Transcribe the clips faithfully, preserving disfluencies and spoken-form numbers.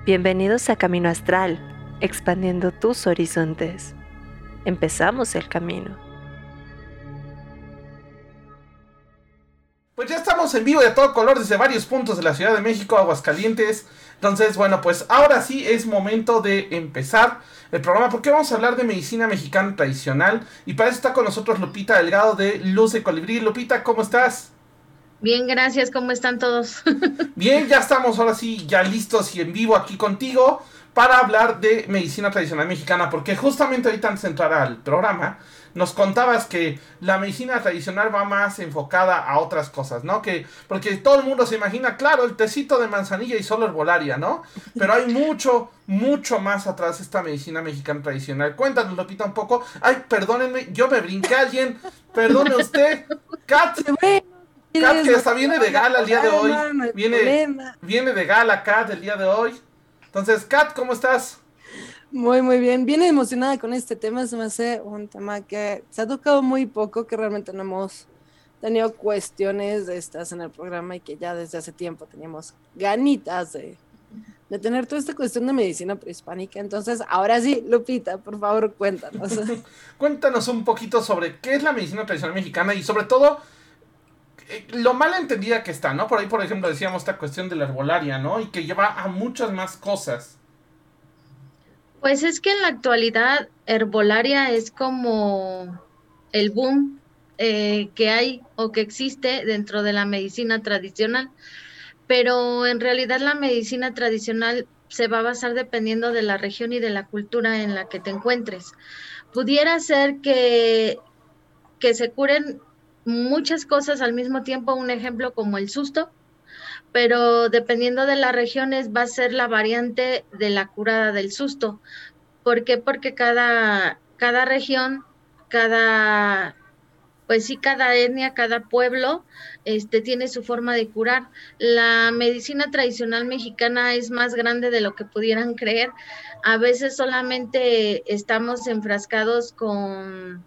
Bienvenidos a Camino Astral, expandiendo tus horizontes. Empezamos el camino. Pues ya estamos en vivo y a todo color desde varios puntos de la Ciudad de México, Aguascalientes. Entonces, bueno, pues ahora sí es momento de empezar el programa porque vamos a hablar de medicina mexicana tradicional. Y para eso está con nosotros Lupita Delgado de Luz de Colibrí. Lupita, ¿cómo estás? Bien, gracias. ¿Cómo están todos? Bien, ya estamos ahora sí ya listos y en vivo aquí contigo para hablar de medicina tradicional mexicana, porque justamente ahorita antes de entrar al programa nos contabas que la medicina tradicional va más enfocada a otras cosas, ¿no? Que porque todo el mundo se imagina, claro, el tecito de manzanilla y solo herbolaria, ¿no? Pero hay mucho, mucho más atrás de esta medicina mexicana tradicional. Cuéntanos, Lupita, un poco. Ay, perdónenme, yo me brinqué a alguien. Perdone usted. Kat. Kat, que hasta viene de gala el día de hoy. Viene, viene de gala, Kat, el día de hoy. Entonces, Kat, ¿cómo estás? Muy, muy bien. Bien emocionada con este tema. Se me hace un tema que se ha tocado muy poco, que realmente no hemos tenido cuestiones de estas en el programa y que ya desde hace tiempo teníamos ganitas de, de tener toda esta cuestión de medicina prehispánica. Entonces, ahora sí, Lupita, por favor, cuéntanos. Cuéntanos un poquito sobre qué es la medicina tradicional mexicana y sobre todo lo mal entendida que está, ¿no? Por ahí, por ejemplo, decíamos esta cuestión de la herbolaria, ¿no? Y que lleva a muchas más cosas. Pues es que en la actualidad herbolaria es como el boom eh, que hay o que existe dentro de la medicina tradicional, pero en realidad la medicina tradicional se va a basar dependiendo de la región y de la cultura en la que te encuentres. Pudiera ser que, que se curen muchas cosas al mismo tiempo, un ejemplo como el susto, pero dependiendo de las regiones va a ser la variante de la curada del susto. ¿Por qué? Porque cada, cada región, cada, pues sí, cada etnia, cada pueblo, este, tiene su forma de curar. La medicina tradicional mexicana es más grande de lo que pudieran creer. A veces solamente estamos enfrascados con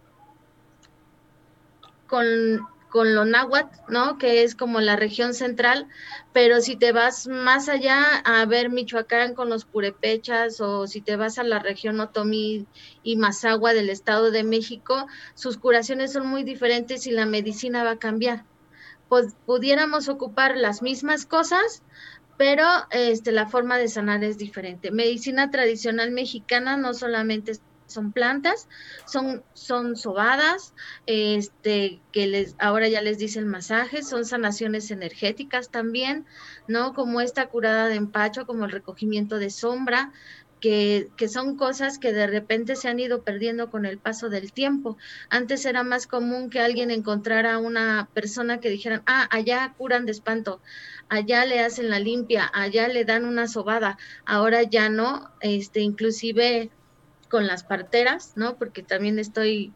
con, con lo náhuatl, ¿no? Que es como la región central, pero si te vas más allá a ver Michoacán con los purépechas, o si te vas a la región Otomí y Mazahua del Estado de México, sus curaciones son muy diferentes y la medicina va a cambiar. Pues pudiéramos ocupar las mismas cosas, pero este, la forma de sanar es diferente. Medicina tradicional mexicana no solamente es son plantas, son, son sobadas, este, que les, ahora ya les dicen masajes, son sanaciones energéticas también, ¿no? Como esta curada de empacho, como el recogimiento de sombra, que, que son cosas que de repente se han ido perdiendo con el paso del tiempo. Antes era más común que alguien encontrara a una persona que dijeran, ah, allá curan de espanto, allá le hacen la limpia, allá le dan una sobada, ahora ya no, este, inclusive con las parteras, ¿no? Porque también estoy,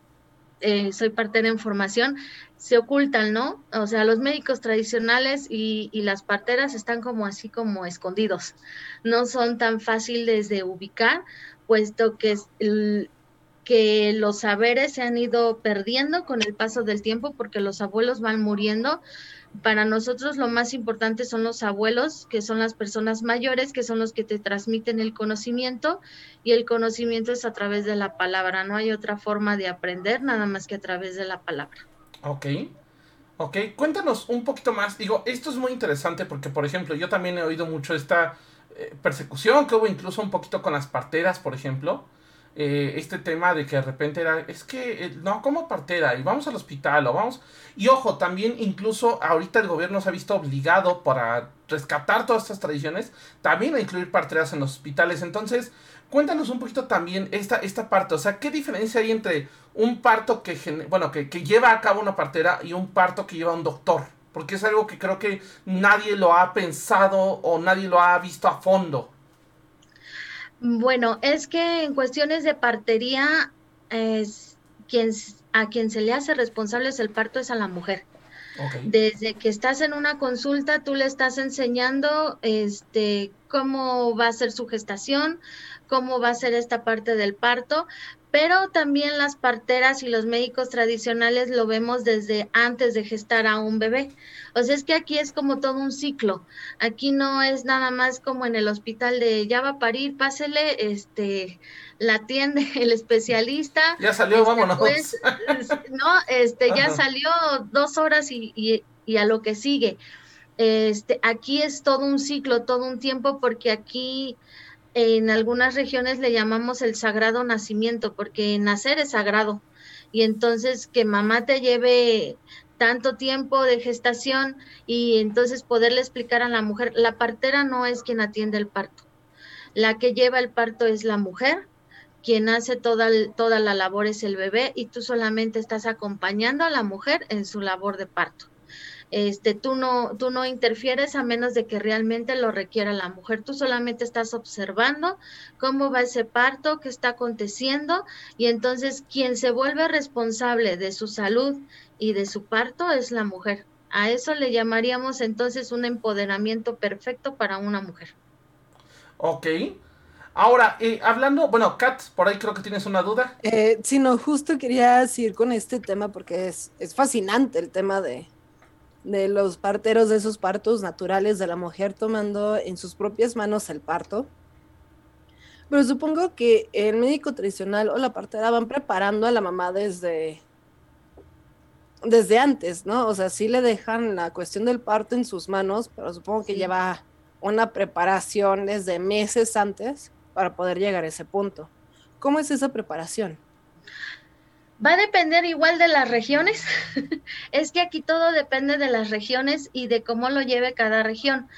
eh, soy partera en formación, se ocultan, ¿no? O sea, los médicos tradicionales y, y las parteras están como así como escondidos, no son tan fáciles de ubicar, puesto que el, que los saberes se han ido perdiendo con el paso del tiempo porque los abuelos van muriendo. Para nosotros lo más importante son los abuelos, que son las personas mayores, que son los que te transmiten el conocimiento, y el conocimiento es a través de la palabra, no hay otra forma de aprender nada más que a través de la palabra. Ok, ok, cuéntanos un poquito más. Digo, esto es muy interesante porque, por ejemplo, yo también he oído mucho esta eh, persecución que hubo incluso un poquito con las parteras, por ejemplo. Eh, este tema de que de repente era, es que, eh, no, como partera, y vamos al hospital, o vamos, y ojo, también incluso ahorita el gobierno se ha visto obligado para rescatar todas estas tradiciones, también a incluir parteras en los hospitales. Entonces, cuéntanos un poquito también esta, esta parte, o sea, ¿qué diferencia hay entre un parto que, bueno, que, que lleva a cabo una partera y un parto que lleva un doctor? Porque es algo que creo que nadie lo ha pensado o nadie lo ha visto a fondo. Bueno, es que en cuestiones de partería, es quien, a quien se le hace responsable es el parto, es a la mujer. Okay. Desde que estás en una consulta, tú le estás enseñando este, cómo va a ser su gestación, cómo va a ser esta parte del parto, pero también las parteras y los médicos tradicionales lo vemos desde antes de gestar a un bebé. O sea, es que aquí es como todo un ciclo. Aquí no es nada más como en el hospital de ya va a parir, pásele, este, la atiende el especialista. Ya salió, este, vámonos. Pues, no, este, ya Ajá. salió dos horas y, y, y a lo que sigue. Este, aquí es todo un ciclo, todo un tiempo, porque aquí en algunas regiones le llamamos el sagrado nacimiento, porque nacer es sagrado. Y entonces que mamá te lleve tanto tiempo de gestación y entonces poderle explicar a la mujer, la partera no es quien atiende el parto. La que lleva el parto es la mujer, quien hace toda, toda la labor es el bebé y tú solamente estás acompañando a la mujer en su labor de parto. Este, tú no, tú no interfieres a menos de que realmente lo requiera la mujer. Tú solamente estás observando cómo va ese parto, qué está aconteciendo, y entonces quien se vuelve responsable de su salud y de su parto es la mujer. A eso le llamaríamos entonces un empoderamiento perfecto para una mujer. Ok. Ahora, eh, hablando, bueno, Kat, por ahí creo que tienes una duda. Eh, sí, no, justo quería seguir con este tema porque es, es fascinante el tema de, de los parteros, de esos partos naturales, de la mujer tomando en sus propias manos el parto. Pero supongo que el médico tradicional o la partera van preparando a la mamá desde, desde antes, ¿no? O sea, sí le dejan la cuestión del parto en sus manos, pero supongo que Sí. lleva una preparación desde meses antes para poder llegar a ese punto. ¿Cómo es esa preparación? Va a depender igual de las regiones. Es que aquí todo depende de las regiones y de cómo lo lleve cada región.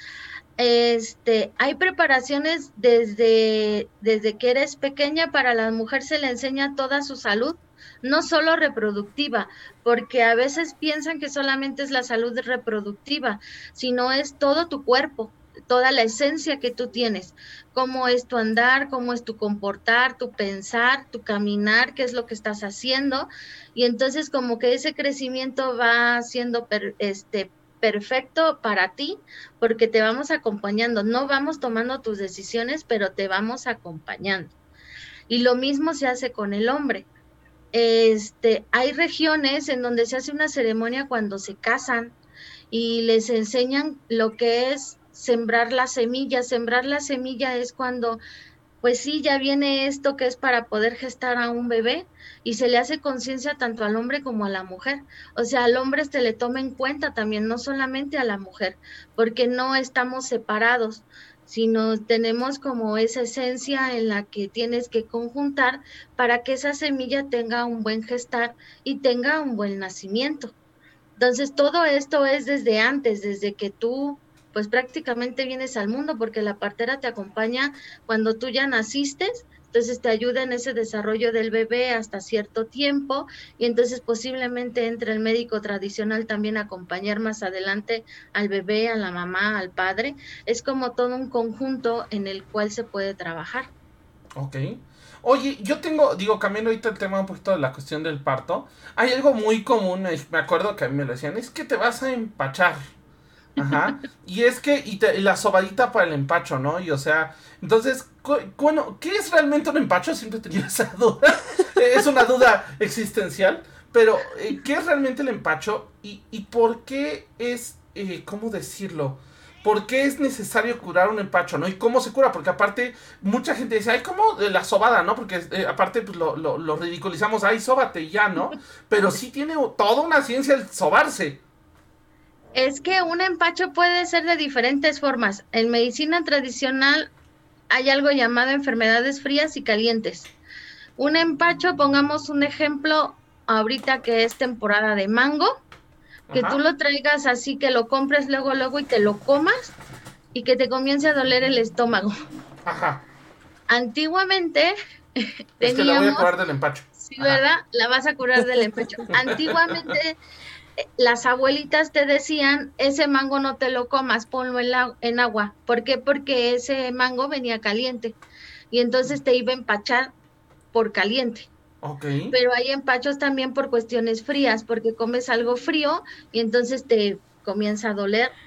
Este, hay preparaciones desde, desde que eres pequeña. Para la mujer se le enseña toda su salud, no solo reproductiva, porque a veces piensan que solamente es la salud reproductiva, sino es todo tu cuerpo, toda la esencia que tú tienes, cómo es tu andar, cómo es tu comportar, tu pensar, tu caminar, qué es lo que estás haciendo, y entonces como que ese crecimiento va siendo per, este, perfecto para ti, porque te vamos acompañando, no vamos tomando tus decisiones, pero te vamos acompañando. Y lo mismo se hace con el hombre. Este, hay regiones en donde se hace una ceremonia cuando se casan y les enseñan lo que es sembrar la semilla. Sembrar la semilla es cuando, pues sí, ya viene esto que es para poder gestar a un bebé y se le hace conciencia tanto al hombre como a la mujer. O sea, al hombre se le toma en cuenta también, no solamente a la mujer, porque no estamos separados, sino tenemos como esa esencia en la que tienes que conjuntar para que esa semilla tenga un buen gestar y tenga un buen nacimiento. Entonces, todo esto es desde antes, desde que tú, pues prácticamente vienes al mundo, porque la partera te acompaña cuando tú ya naciste, entonces te ayuda en ese desarrollo del bebé hasta cierto tiempo, y entonces posiblemente entre el médico tradicional también a acompañar más adelante al bebé, a la mamá, al padre. Es como todo un conjunto en el cual se puede trabajar. Ok. Oye, yo tengo, digo, cambiando ahorita el tema un poquito de la cuestión del parto, hay algo muy común, me acuerdo que a mí me lo decían, es que te vas a empachar. Ajá. Y es que, y, te, y la sobadita para el empacho, ¿no? Y o sea, entonces, cu, bueno, ¿qué es realmente un empacho? Siempre tenía esa duda. Es una duda existencial. Pero, eh, ¿qué es realmente el empacho? Y, y por qué es, eh, ¿cómo decirlo? ¿Por qué es necesario curar un empacho, no? ¿Y cómo se cura? Porque aparte, mucha gente dice, ay, ¿cómo la sobada, no? Porque eh, aparte, pues lo, lo, lo ridiculizamos, ay, sóbate y ya, ¿no? Pero sí tiene toda una ciencia el sobarse. Es que un empacho puede ser de diferentes formas. En medicina tradicional hay algo llamado enfermedades frías y calientes. Un empacho, pongamos un ejemplo, ahorita que es temporada de mango, que Ajá. tú lo traigas así, que lo compres luego, luego y te lo comas y que te comience a doler el estómago. Ajá. Antiguamente teníamos... Es que la voy a curar del empacho. Sí, ¿verdad? Ajá. La vas a curar del empacho. Antiguamente las abuelitas te decían, ese mango no te lo comas, ponlo en, la, en agua. ¿Por qué? Porque ese mango venía caliente y entonces te iba a empachar por caliente. Okay. Pero hay empachos también por cuestiones frías, porque comes algo frío y entonces te comienza a doler.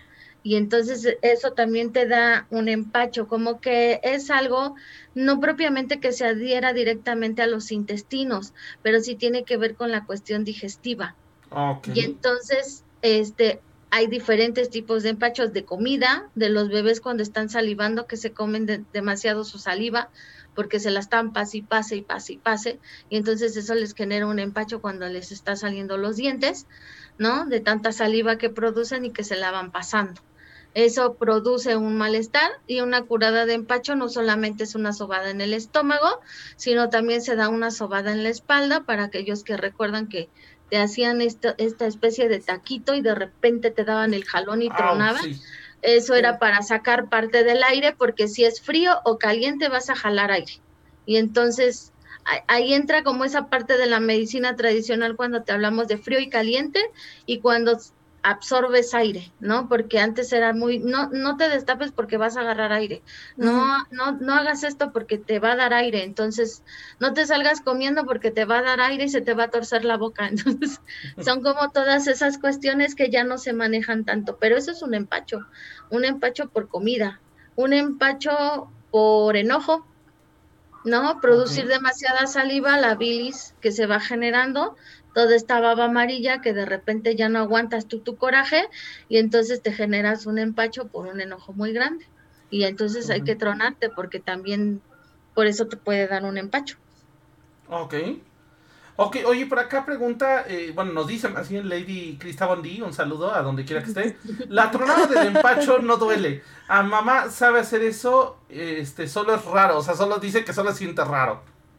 y entonces eso también te da un empacho, como que es algo no propiamente que se adhiera directamente a los intestinos, pero sí tiene que ver con la cuestión digestiva. Okay. Y entonces, este, hay diferentes tipos de empachos de comida, de los bebés cuando están salivando, que se comen de, demasiado su saliva, porque se la están pase y pase y pase y pase, y entonces eso les genera un empacho cuando les está saliendo los dientes, ¿no? De tanta saliva que producen y que se la van pasando. Eso produce un malestar, y una curada de empacho no solamente es una sobada en el estómago, sino también se da una sobada en la espalda para aquellos que recuerdan que te hacían esta, esta especie de taquito y de repente te daban el jalón y tronaban. Sí. Eso era para sacar parte del aire, porque si es frío o caliente vas a jalar aire. Y entonces ahí entra como esa parte de la medicina tradicional cuando te hablamos de frío y caliente, y cuando absorbes aire, ¿no? Porque antes era muy, no, no te destapes porque vas a agarrar aire, no, uh-huh. no, no hagas esto porque te va a dar aire, entonces no te salgas comiendo porque te va a dar aire y se te va a torcer la boca. Entonces son como todas esas cuestiones que ya no se manejan tanto, pero eso es un empacho, un empacho por comida, un empacho por enojo, ¿no? Producir okay. demasiada saliva, la bilis que se va generando, toda esta baba amarilla que de repente ya no aguantas tú tu coraje, y entonces te generas un empacho por un enojo muy grande, y entonces uh-huh. hay que tronarte, porque también por eso te puede dar un empacho. Ok. Ok, oye, por acá pregunta, eh, bueno, nos dice más bien Lady Crista Bondi, un saludo a donde quiera que esté. La tronada del empacho no duele. A mamá sabe hacer eso, este, solo es raro, o sea, solo dice que solo siente raro.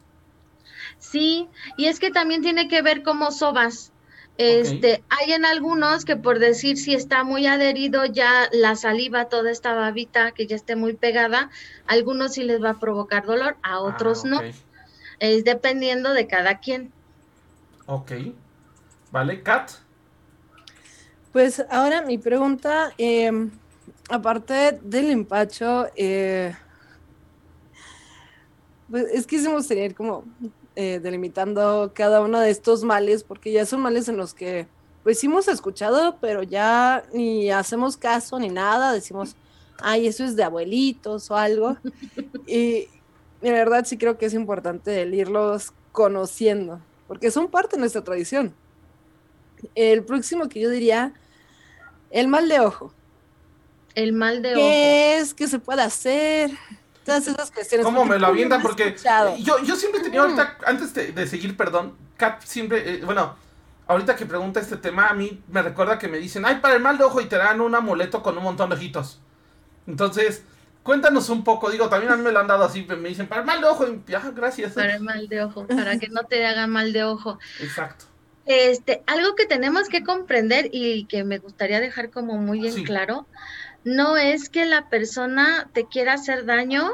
Sí, y es que también tiene que ver cómo sobas. Este, okay. Hay en algunos que, por decir, si está muy adherido ya la saliva, toda esta babita que ya esté muy pegada, a algunos sí les va a provocar dolor, a otros ah, okay. no. Es dependiendo de cada quien. Ok. Vale, Kat. Pues ahora mi pregunta, eh, aparte del empacho, eh, pues es que hicimos tener como eh, delimitando cada uno de estos males, porque ya son males en los que pues sí hemos escuchado, pero ya ni hacemos caso ni nada, decimos, ay, eso es de abuelitos o algo, y de verdad sí creo que es importante el irlos conociendo, porque son parte de nuestra tradición. El próximo que yo diría, el mal de ojo. El mal de ¿Qué ojo. ¿Qué es? ¿Qué se puede hacer? Todas esas cuestiones. ¿Cómo me lo avientan? Porque yo, yo siempre he tenido ahorita, antes de, de seguir, perdón, Kat siempre, eh, bueno, ahorita que pregunta este tema, a mí me recuerda que me dicen, ay, para el mal de ojo, y te dan un amuleto con un montón de ojitos. Entonces, cuéntanos un poco, digo, también a mí me lo han dado así, me dicen, para el mal de ojo, y ya, gracias. Para el mal de ojo, para que no te haga mal de ojo. Exacto. Este, algo que tenemos que comprender y que me gustaría dejar como muy en sí. claro, no es que la persona te quiera hacer daño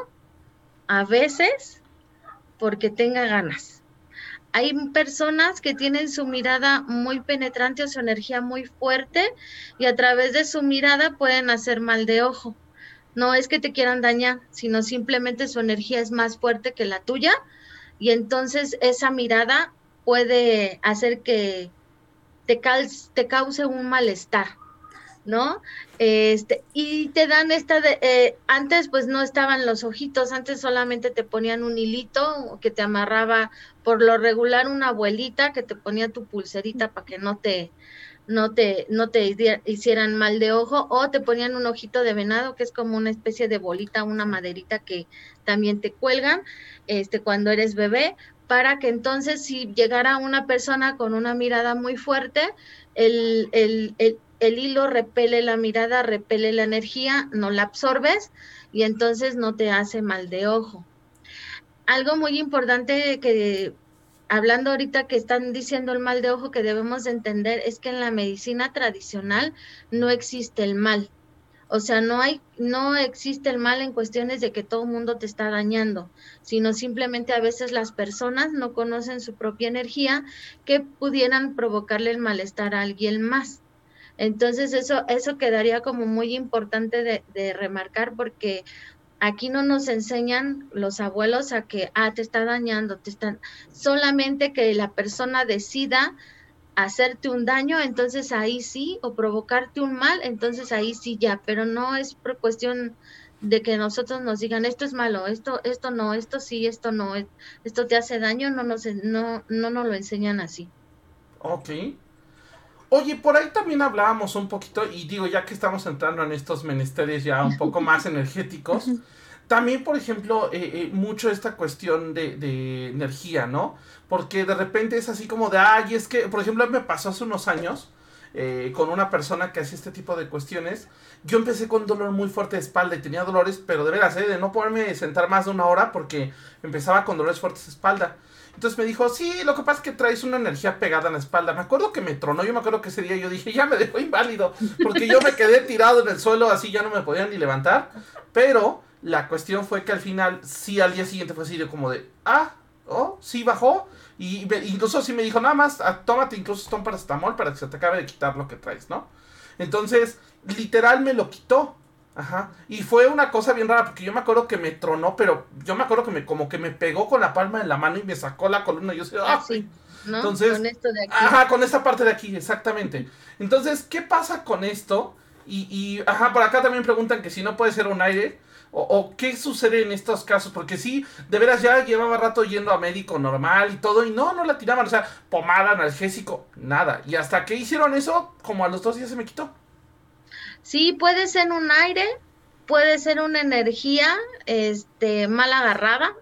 a veces porque tenga ganas. Hay personas que tienen su mirada muy penetrante o su energía muy fuerte, y a través de su mirada pueden hacer mal de ojo. No es que te quieran dañar, sino simplemente su energía es más fuerte que la tuya, y entonces esa mirada puede hacer que te, cal- te cause un malestar, ¿no? Este, y te dan esta de, eh, antes pues no estaban los ojitos, antes solamente te ponían un hilito que te amarraba, por lo regular una abuelita que te ponía tu pulserita para que no te, no te, no te hicieran mal de ojo, o te ponían un ojito de venado, que es como una especie de bolita, una maderita que también te cuelgan, este, cuando eres bebé, para que entonces si llegara una persona con una mirada muy fuerte, el, el, el el hilo repele la mirada, repele la energía, no la absorbes y entonces no te hace mal de ojo. Algo muy importante que, hablando ahorita que están diciendo el mal de ojo, que debemos de entender es que en la medicina tradicional no existe el mal. O sea, no hay, no existe el mal en cuestiones de que todo el mundo te está dañando, sino simplemente a veces las personas no conocen su propia energía que pudieran provocarle el malestar a alguien más. Entonces eso, eso quedaría como muy importante de, de remarcar, porque aquí no nos enseñan los abuelos a que, ah, te está dañando, te están, solamente que la persona decida hacerte un daño, entonces ahí sí, o provocarte un mal, entonces ahí sí ya, pero no es por cuestión de que nosotros nos digan esto es malo, esto, esto no, esto sí, esto no, esto te hace daño, no nos, no, no nos lo enseñan así. Ok. Oye, por ahí también hablábamos un poquito, y digo, ya que estamos entrando en estos menesteres ya un poco más energéticos, también, por ejemplo, eh, eh, mucho esta cuestión de, de energía, ¿no? Porque de repente es así como de, ay, es que, por ejemplo, me pasó hace unos años eh, con una persona que hacía este tipo de cuestiones. Yo empecé con un dolor muy fuerte de espalda y tenía dolores, pero de veras, ¿eh? De no poderme sentar más de una hora porque empezaba con dolores fuertes de espalda. Entonces me dijo, sí, lo que pasa es que traes una energía pegada en la espalda. Me acuerdo que me tronó, yo me acuerdo que ese día yo dije, ya me dejó inválido, porque yo me quedé tirado en el suelo, así ya no me podían ni levantar. Pero la cuestión fue que al final, sí, al día siguiente fue así de como de, ah, oh, sí bajó. Y me, incluso sí me dijo, nada más, ah, tómate incluso un paracetamol para que se te acabe de quitar lo que traes, ¿no? Entonces, literal me lo quitó. Ajá, y fue una cosa bien rara porque yo me acuerdo que me tronó, pero yo me acuerdo que me como que me pegó con la palma de la mano y me sacó la columna y yo sé, ¡ah! Sí, ¿no? Entonces, con esto de aquí. Ajá, con esta parte de aquí, exactamente. Entonces, ¿qué pasa con esto? Y, y ajá, por acá también preguntan que si no puede ser un aire o, o qué sucede en estos casos, porque sí, de veras ya llevaba rato yendo a médico normal y todo y no, no la tiraban, o sea, pomada, analgésico, nada. Y hasta que hicieron eso, como a los dos días se me quitó. Sí, puede ser un aire, puede ser una energía este, mal agarrada.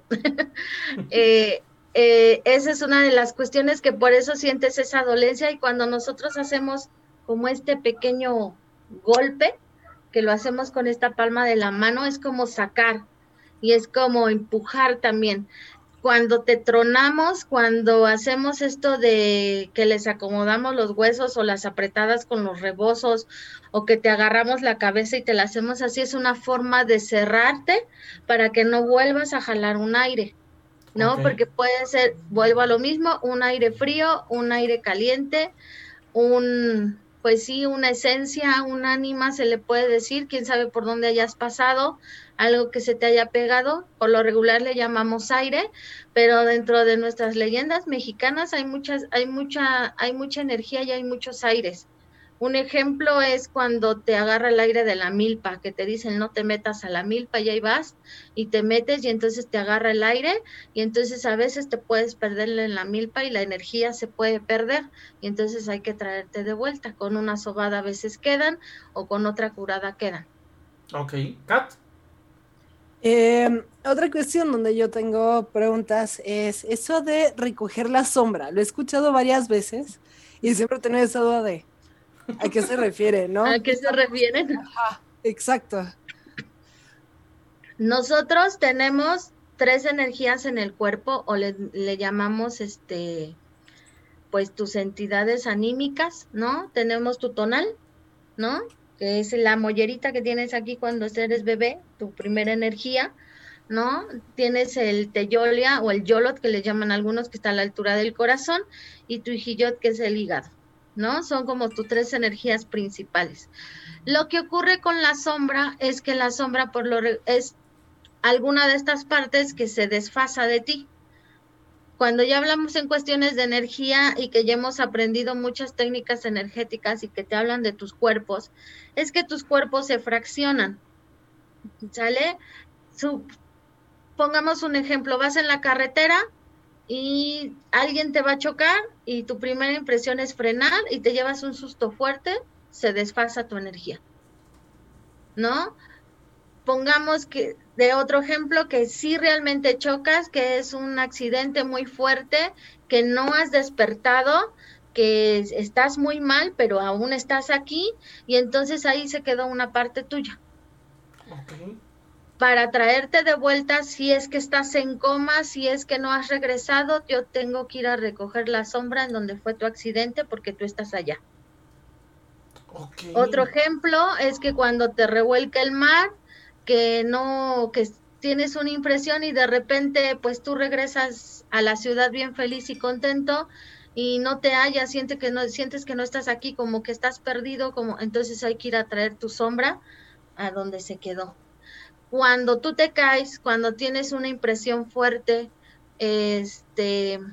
eh, eh, esa es una de las cuestiones que por eso sientes esa dolencia y cuando nosotros hacemos como este pequeño golpe, que lo hacemos con esta palma de la mano, es como sacar y es como empujar también. Cuando te tronamos, cuando hacemos esto de que les acomodamos los huesos o las apretadas con los rebozos o que te agarramos la cabeza y te la hacemos así, es una forma de cerrarte para que no vuelvas a jalar un aire, ¿no? Okay. Porque puede ser, vuelvo a lo mismo, un aire frío, un aire caliente, un, pues sí, una esencia, un ánima se le puede decir, quién sabe por dónde hayas pasado, algo que se te haya pegado, por lo regular le llamamos aire, pero dentro de nuestras leyendas mexicanas hay muchas, hay mucha, hay mucha energía y hay muchos aires. Un ejemplo es cuando te agarra el aire de la milpa, que te dicen no te metas a la milpa y ahí vas y te metes y entonces te agarra el aire y entonces a veces te puedes perder en la milpa y la energía se puede perder y entonces hay que traerte de vuelta. Con una sobada a veces quedan o con otra curada quedan. Ok, Kat. Eh, otra cuestión donde yo tengo preguntas es eso de recoger la sombra. Lo he escuchado varias veces y siempre he tenido esa duda de ¿a qué se refiere, no? ¿A qué se refieren? Ajá, exacto. Nosotros tenemos tres energías en el cuerpo o le, le llamamos este, pues tus entidades anímicas, ¿no? Tenemos tu tonal, ¿no? Que es la mollerita que tienes aquí cuando eres bebé, tu primera energía, ¿no? Tienes el teyolia o el yolot, que le llaman algunos, que está a la altura del corazón, y tu hijiyot, que es el hígado, ¿no? Son como tus tres energías principales. Lo que ocurre con la sombra es que la sombra por lo es alguna de estas partes que se desfasa de ti. Cuando ya hablamos en cuestiones de energía y que ya hemos aprendido muchas técnicas energéticas y que te hablan de tus cuerpos, es que tus cuerpos se fraccionan, ¿sale? Su, pongamos un ejemplo, vas en la carretera y alguien te va a chocar y tu primera impresión es frenar y te llevas un susto fuerte, se desfasa tu energía, ¿no? Pongamos que de otro ejemplo que sí realmente chocas, que es un accidente muy fuerte, que no has despertado, que estás muy mal, pero aún estás aquí, y entonces ahí se quedó una parte tuya. Okay. Para traerte de vuelta, si es que estás en coma, si es que no has regresado, yo tengo que ir a recoger la sombra en donde fue tu accidente porque tú estás allá. Okay. Otro ejemplo es que cuando te revuelca el mar, que no, que tienes una impresión y de repente pues tú regresas a la ciudad bien feliz y contento y no te hallas, sientes que no, sientes que no estás aquí, como que estás perdido, como entonces hay que ir a traer tu sombra a donde se quedó. Cuando tú te caes, cuando tienes una impresión fuerte, este,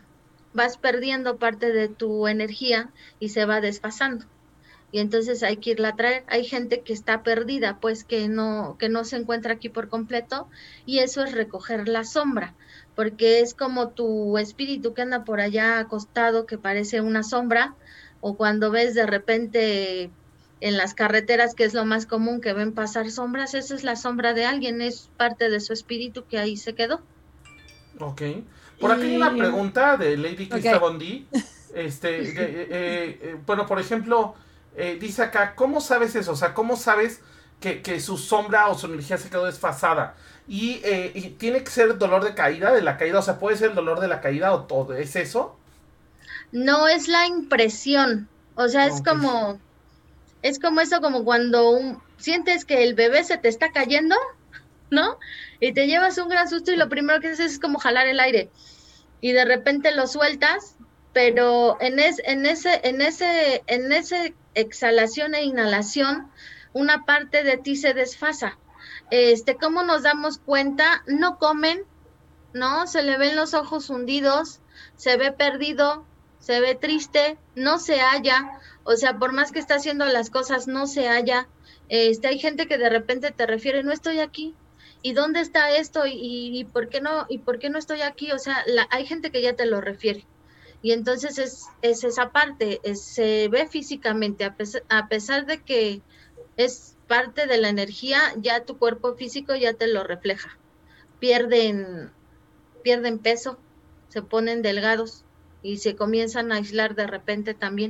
vas perdiendo parte de tu energía y se va desfasando. Y entonces hay que irla a traer. Hay gente que está perdida, pues que no, que no se encuentra aquí por completo, y eso es recoger la sombra, porque es como tu espíritu que anda por allá acostado, que parece una sombra, o cuando ves de repente en las carreteras, que es lo más común que ven pasar sombras, esa es la sombra de alguien, es parte de su espíritu que ahí se quedó. Ok. Por aquí hay una pregunta de Lady Krista Ok. Bondi. Este, de- eh, eh, bueno, por ejemplo, eh, dice acá, ¿cómo sabes eso? O sea, ¿cómo sabes que, que su sombra o su energía se quedó desfasada? Y, eh, y tiene que ser dolor de caída, de la caída, o sea, puede ser el dolor de la caída o todo, ¿es eso? No es la impresión, o sea, es Ok. como, es como eso, como cuando un, sientes que el bebé se te está cayendo, ¿no? Y te llevas un gran susto y lo primero que haces es como jalar el aire y de repente lo sueltas, pero en, es, en, ese, en, ese, en ese exhalación e inhalación, una parte de ti se desfasa. Este, ¿cómo nos damos cuenta? No comen, ¿no? Se le ven los ojos hundidos, se ve perdido, se ve triste, no se halla, o sea, por más que está haciendo las cosas, no se halla. Este, hay gente que de repente te refiere, no estoy aquí. ¿Y dónde está esto? ¿Y, y por qué no? ¿Y por qué no estoy aquí? O sea, la, hay gente que ya te lo refiere. Y entonces es, es esa parte, es, se ve físicamente, a pesar, a pesar de que es parte de la energía, ya tu cuerpo físico ya te lo refleja. Pierden, pierden peso, se ponen delgados y se comienzan a aislar de repente también.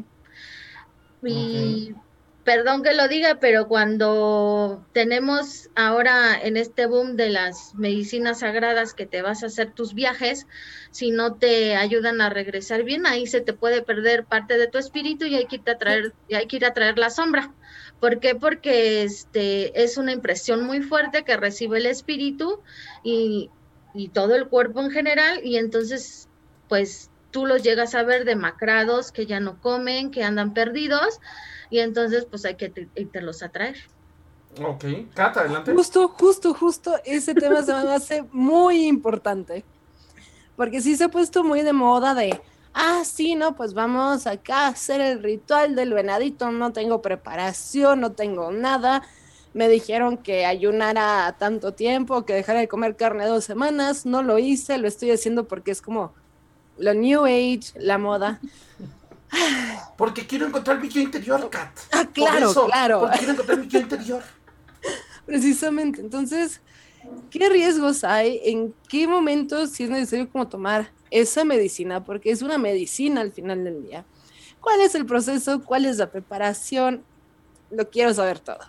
Y Ok. perdón que lo diga, pero cuando tenemos ahora en este boom de las medicinas sagradas que te vas a hacer tus viajes, si no te ayudan a regresar bien, ahí se te puede perder parte de tu espíritu y hay que ir a traer, y hay que ir a traer la sombra. ¿Por qué? Porque este es una impresión muy fuerte que recibe el espíritu y, y todo el cuerpo en general, y entonces, pues tú los llegas a ver demacrados, que ya no comen, que andan perdidos, y entonces pues hay que irlos a traer. Ok. Cata, adelante. Justo, justo, justo, ese tema se me hace muy importante, porque sí se ha puesto muy de moda de, ah, sí, no, pues vamos acá a hacer el ritual del venadito, no tengo preparación, no tengo nada, me dijeron que ayunara tanto tiempo, que dejara de comer carne dos semanas, no lo hice, lo estoy haciendo porque es como lo New Age, la moda. Porque quiero encontrar mi yo interior, Kat. Ah, claro, Por eso, claro. porque quiero encontrar mi yo interior. Precisamente, entonces, ¿qué riesgos hay? ¿En qué momentos si es necesario como tomar esa medicina? Porque es una medicina al final del día. ¿Cuál es el proceso? ¿Cuál es la preparación? Lo quiero saber todo.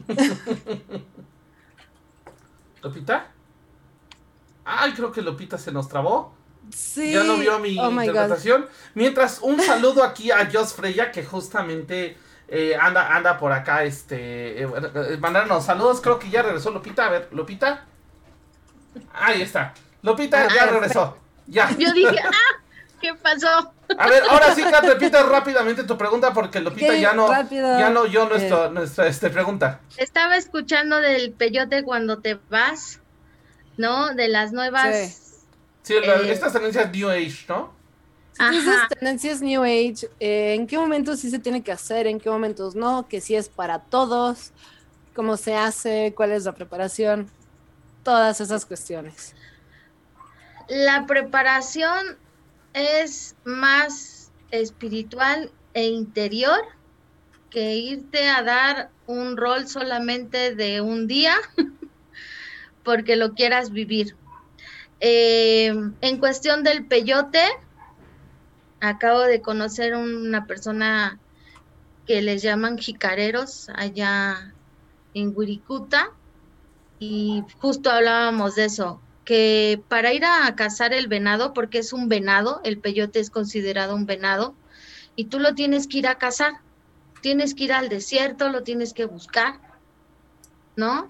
¿Lupita? Ay, creo que Lupita se nos trabó. Sí. Ya no vio mi Oh my interpretación. God. Mientras, un saludo aquí a Jos Freya, que justamente eh, anda, anda por acá, este, eh, eh, mandarnos saludos. Creo que ya regresó Lupita. A ver, Lupita. Ahí está. Lupita Ah, ya perfecto. regresó. Ya. Yo dije, ah, ¿qué pasó? A ver, ahora sí, Kat, repite rápidamente tu pregunta porque Lupita Ok, ya no, rápido. ya no oyó nuestro, Eh. nuestra este, pregunta. Estaba escuchando del peyote cuando te vas, ¿no? De las nuevas... Sí. Sí, la- Eh, estas tendencias New Age, ¿no? Entonces, Ajá. tendencias New Age, eh, ¿en qué momentos sí se tiene que hacer? ¿En qué momentos no? ¿Que sí es para todos? ¿Cómo se hace? ¿Cuál es la preparación? Todas esas cuestiones. La preparación es más espiritual e interior que irte a dar un rol solamente de un día porque lo quieras vivir. Eh, en cuestión del peyote, acabo de conocer una persona que les llaman jicareros allá en Wirikuta y justo hablábamos de eso, que para ir a cazar el venado, porque es un venado, el peyote es considerado un venado, y tú lo tienes que ir a cazar, tienes que ir al desierto, lo tienes que buscar, ¿no?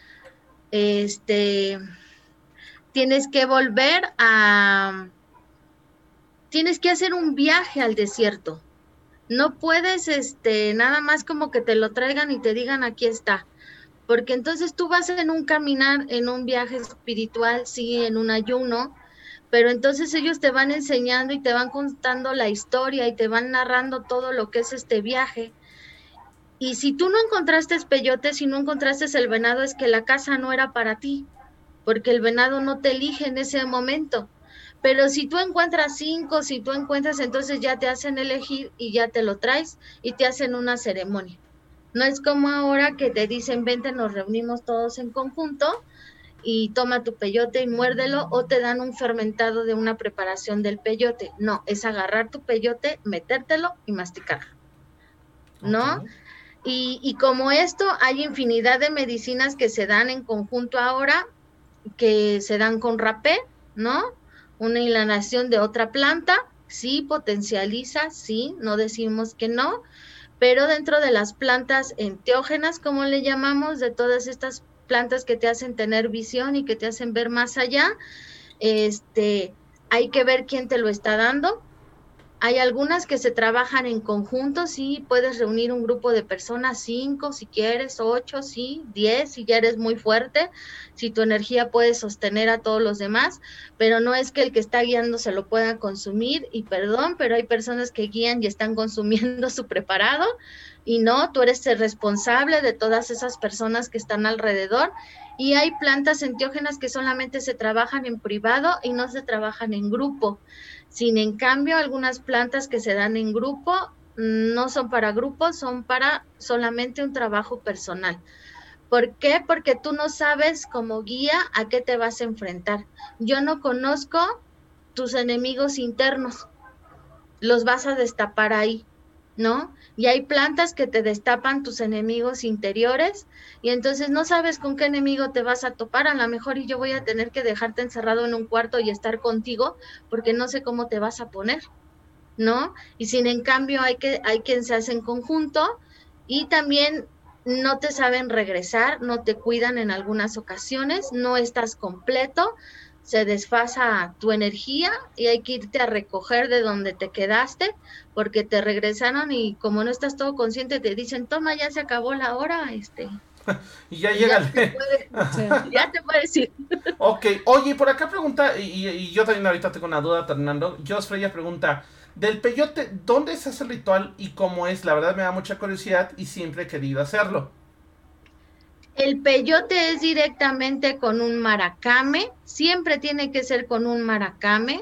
Este, tienes que volver a, tienes que hacer un viaje al desierto, no puedes, este, nada más como que te lo traigan y te digan aquí está, porque entonces tú vas en un caminar, en un viaje espiritual, sí, en un ayuno, pero entonces ellos te van enseñando y te van contando la historia y te van narrando todo lo que es este viaje. Y si tú no encontraste peyote, si no encontraste el venado, es que la casa no era para ti, porque el venado no te elige en ese momento. Pero si tú encuentras cinco, si tú encuentras, entonces ya te hacen elegir y ya te lo traes y te hacen una ceremonia. No es como ahora que te dicen, vente, nos reunimos todos en conjunto y toma tu peyote y muérdelo, o te dan un fermentado de una preparación del peyote. No, es agarrar tu peyote, metértelo y masticarlo, ¿no? Okay. Y, y como esto, hay infinidad de medicinas que se dan en conjunto ahora, que se dan con rapé, ¿no? Una inhalación de otra planta, sí, potencializa, sí, no decimos que no, pero dentro de las plantas enteógenas, como le llamamos, de todas estas plantas que te hacen tener visión y que te hacen ver más allá, este, hay que ver quién te lo está dando. Hay algunas que se trabajan en conjunto, sí, puedes reunir un grupo de personas, cinco, si quieres, ocho, sí, diez, si ya eres muy fuerte, si tu energía puede sostener a todos los demás, pero no es que el que está guiando se lo pueda consumir, y perdón, pero hay personas que guían y están consumiendo su preparado, y no, tú eres el responsable de todas esas personas que están alrededor. Y hay plantas enteógenas que solamente se trabajan en privado y no se trabajan en grupo. Sin en cambio, algunas plantas que se dan en grupo no son para grupos, son para solamente un trabajo personal. ¿Por qué? Porque tú no sabes como guía a qué te vas a enfrentar. Yo no conozco tus enemigos internos, los vas a destapar ahí, ¿no? Y hay plantas que te destapan tus enemigos interiores, y entonces no sabes con qué enemigo te vas a topar. A lo mejor y yo voy a tener que dejarte encerrado en un cuarto y estar contigo porque no sé cómo te vas a poner, ¿no? Y sin en cambio hay que hay quien se hace en conjunto, y también no te saben regresar, no te cuidan en algunas ocasiones, no estás completo, se desfasa tu energía y hay que irte a recoger de donde te quedaste, porque te regresaron y como no estás todo consciente te dicen, toma, ya se acabó la hora, este... y ya llega. Ya te puede, sí. Ya te puedes ir. Ok, oye, por acá pregunta, y, y yo también ahorita tengo una duda, Fernando. Jos Freya pregunta, del peyote, ¿dónde se hace el ritual y cómo es? La verdad me da mucha curiosidad y siempre he querido hacerlo. El peyote es directamente con un maracame, siempre tiene que ser con un maracame,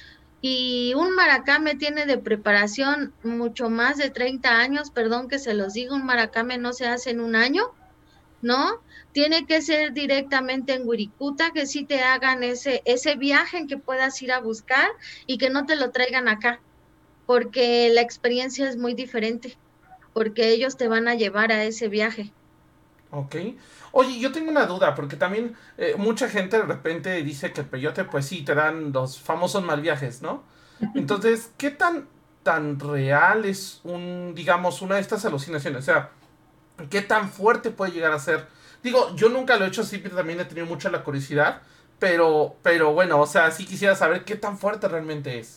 y un maracame tiene de preparación mucho más de treinta años, perdón que se los diga, un maracame no se hace en un año, ¿no? Tiene que ser directamente en Wirikuta, que sí te hagan ese, ese viaje en que puedas ir a buscar y que no te lo traigan acá, porque la experiencia es muy diferente, porque ellos te van a llevar a ese viaje. Ok. Oye, yo tengo una duda, porque también eh, mucha gente de repente dice que el peyote, pues sí, te dan los famosos mal viajes, ¿no? Entonces, ¿qué tan, tan real es un, digamos, una de estas alucinaciones? O sea, ¿qué tan fuerte puede llegar a ser? Digo, yo nunca lo he hecho así, pero también he tenido mucha la curiosidad, pero, pero bueno, o sea, sí quisiera saber qué tan fuerte realmente es.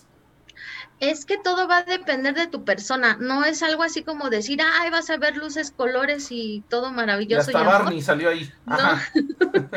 Es que todo va a depender de tu persona, no es algo así como decir, ay, vas a ver luces, colores y todo maravilloso. Y hasta y Barney salió ahí. Ajá. No.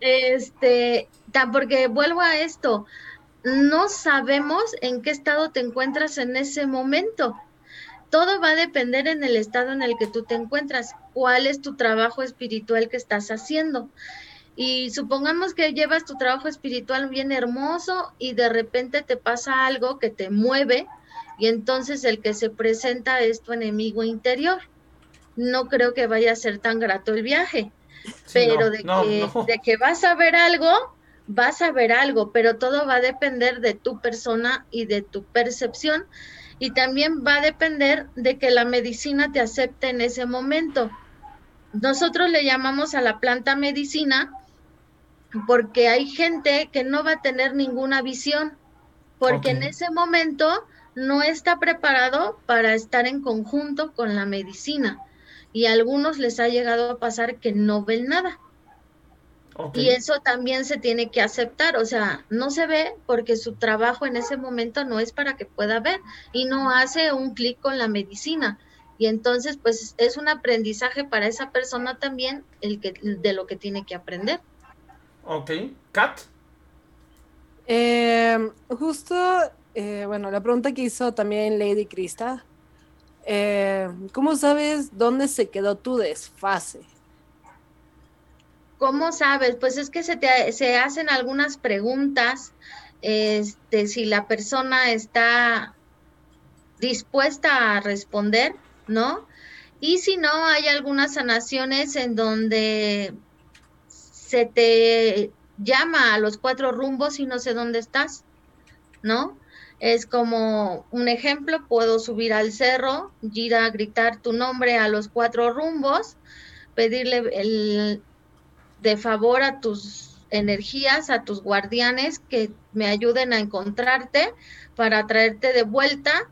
este, porque vuelvo a esto, no sabemos en qué estado te encuentras en ese momento. Todo va a depender en el estado en el que tú te encuentras, cuál es tu trabajo espiritual que estás haciendo. Y supongamos que llevas tu trabajo espiritual bien hermoso y de repente te pasa algo que te mueve y entonces el que se presenta es tu enemigo interior. No creo que vaya a ser tan grato el viaje, sí, pero no, de, no, que, no. de que vas a ver algo, vas a ver algo, pero todo va a depender de tu persona y de tu percepción, y también va a depender de que la medicina te acepte en ese momento. Nosotros le llamamos a la planta medicina porque hay gente que no va a tener ninguna visión, porque okay. en ese momento no está preparado para estar en conjunto con la medicina, y a algunos les ha llegado a pasar que no ven nada. Okay. Y eso también se tiene que aceptar, o sea, no se ve porque su trabajo en ese momento no es para que pueda ver y no hace un clic con la medicina. Y entonces, pues, es un aprendizaje para esa persona también el que, de lo que tiene que aprender. Ok. ¿Kat? Eh, justo, eh, bueno, la pregunta que hizo también Lady Krista, eh, ¿cómo sabes dónde se quedó tu desfase? ¿Cómo sabes? Pues es que se te se hacen algunas preguntas, este, si la persona está dispuesta a responder, ¿no? Y si no, hay algunas sanaciones en donde se te llama a los cuatro rumbos y no sé dónde estás, ¿no? Es como un ejemplo, puedo subir al cerro, ir a gritar tu nombre a los cuatro rumbos, pedirle el, de favor a tus energías, a tus guardianes que me ayuden a encontrarte para traerte de vuelta,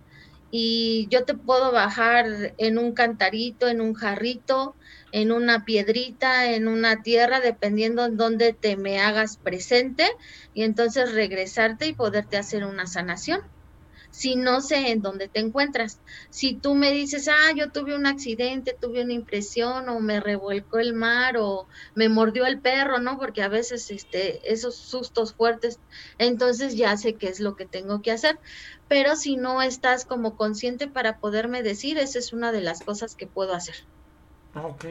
y yo te puedo bajar en un cantarito, en un jarrito, en una piedrita, en una tierra, dependiendo en dónde te me hagas presente, y entonces regresarte y poderte hacer una sanación. Si no sé en dónde te encuentras. Si tú me dices, ah, yo tuve un accidente, tuve una impresión, o me revolcó el mar, o me mordió el perro, ¿no? Porque a veces este, esos sustos fuertes, entonces ya sé qué es lo que tengo que hacer. Pero si no estás como consciente para poderme decir, esa es una de las cosas que puedo hacer. Ok.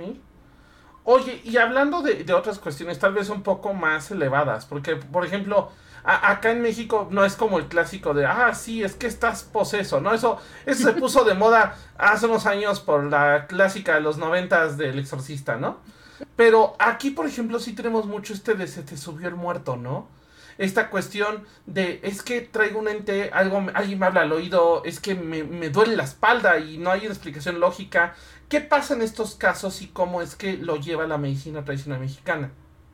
Oye, y hablando de, de otras cuestiones, tal vez un poco más elevadas, porque, por ejemplo, a- acá en México no es como el clásico de, ah, sí, es que estás poseso, ¿no? Eso, eso se puso de moda hace unos años por la clásica de los noventas del Exorcista, ¿no? Pero aquí, por ejemplo, sí tenemos mucho este de se te subió el muerto, ¿no? Esta cuestión de, es que traigo un ente, algo, alguien me habla al oído, es que me, me duele la espalda y no hay una explicación lógica. ¿Qué pasa en estos casos y cómo es que lo lleva la medicina tradicional mexicana?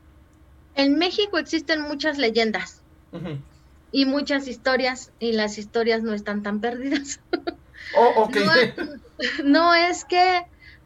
En México existen muchas leyendas Ujú. y muchas historias, y las historias no están tan perdidas. Oh, ok. No, no es que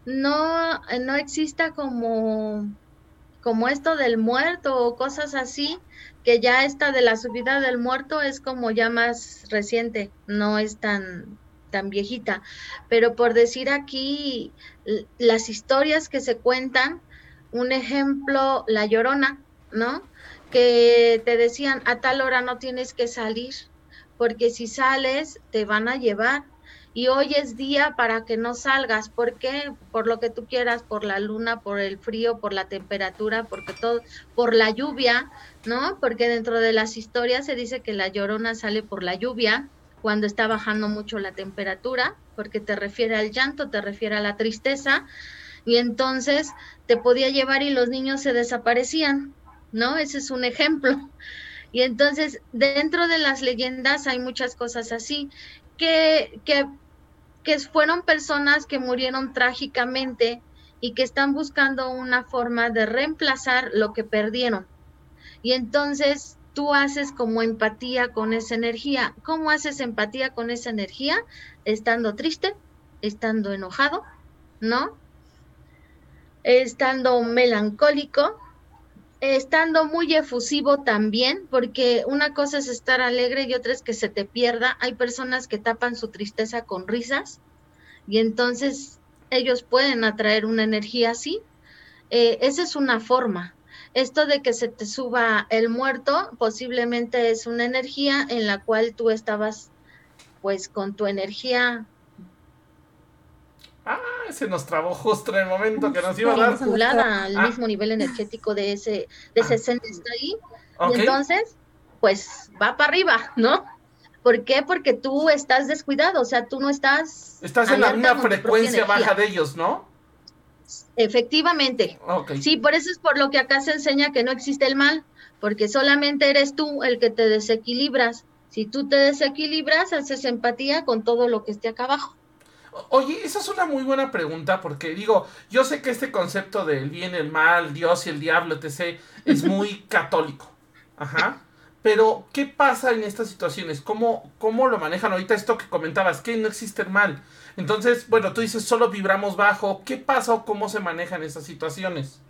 no, no exista como, como esto del muerto o cosas así, que ya esta de la subida del muerto es como ya más reciente, no es tan, tan viejita. Pero por decir aquí, l- las historias que se cuentan, un ejemplo, La Llorona, ¿no? Que te decían, a tal hora no tienes que salir, porque si sales te van a llevar, y hoy es día para que no salgas. ¿Por qué? Por lo que tú quieras, por la luna, por el frío, por la temperatura, porque todo, por la lluvia, ¿no? Porque dentro de las historias se dice que la Llorona sale por la lluvia cuando está bajando mucho la temperatura, porque te refiere al llanto, te refiere a la tristeza, y entonces te podía llevar y los niños se desaparecían, ¿no? Ese es un ejemplo. Y entonces, dentro de las leyendas hay muchas cosas así, que, que que fueron personas que murieron trágicamente y que están buscando una forma de reemplazar lo que perdieron. Y entonces tú haces como empatía con esa energía. ¿Cómo haces empatía con esa energía? Estando triste, estando enojado, ¿no? Estando melancólico, estando muy efusivo también, porque una cosa es estar alegre y otra es que se te pierda. Hay personas que tapan su tristeza con risas, y entonces ellos pueden atraer una energía así. Eh, esa es una forma. Esto de que se te suba el muerto posiblemente es una energía en la cual tú estabas pues con tu energía Ah, se nos trabó justo en el momento que nos iba a Justo, dar. se nos tra- vinculada al Ah, mismo nivel energético de ese, de ese ser que está ahí, y ok. entonces pues va para arriba, ¿no? ¿Por qué? Porque tú estás descuidado, o sea, tú no estás Estás en la alerta misma con tu propia frecuencia energía. baja de ellos, ¿no? Efectivamente. Ok. Sí, por eso es por lo que acá se enseña que no existe el mal, porque solamente eres tú el que te desequilibras. Si tú te desequilibras, haces empatía con todo lo que esté acá abajo. Oye, esa es una muy buena pregunta porque digo, yo sé que este concepto del bien, el mal, Dios y el diablo, etcétera, es muy católico. Ajá. Pero, ¿qué pasa en estas situaciones? ¿Cómo, cómo lo manejan ahorita esto que comentabas? Que no existe el mal. Entonces, bueno, tú dices, solo vibramos bajo. ¿Qué pasa o cómo se manejan esas situaciones?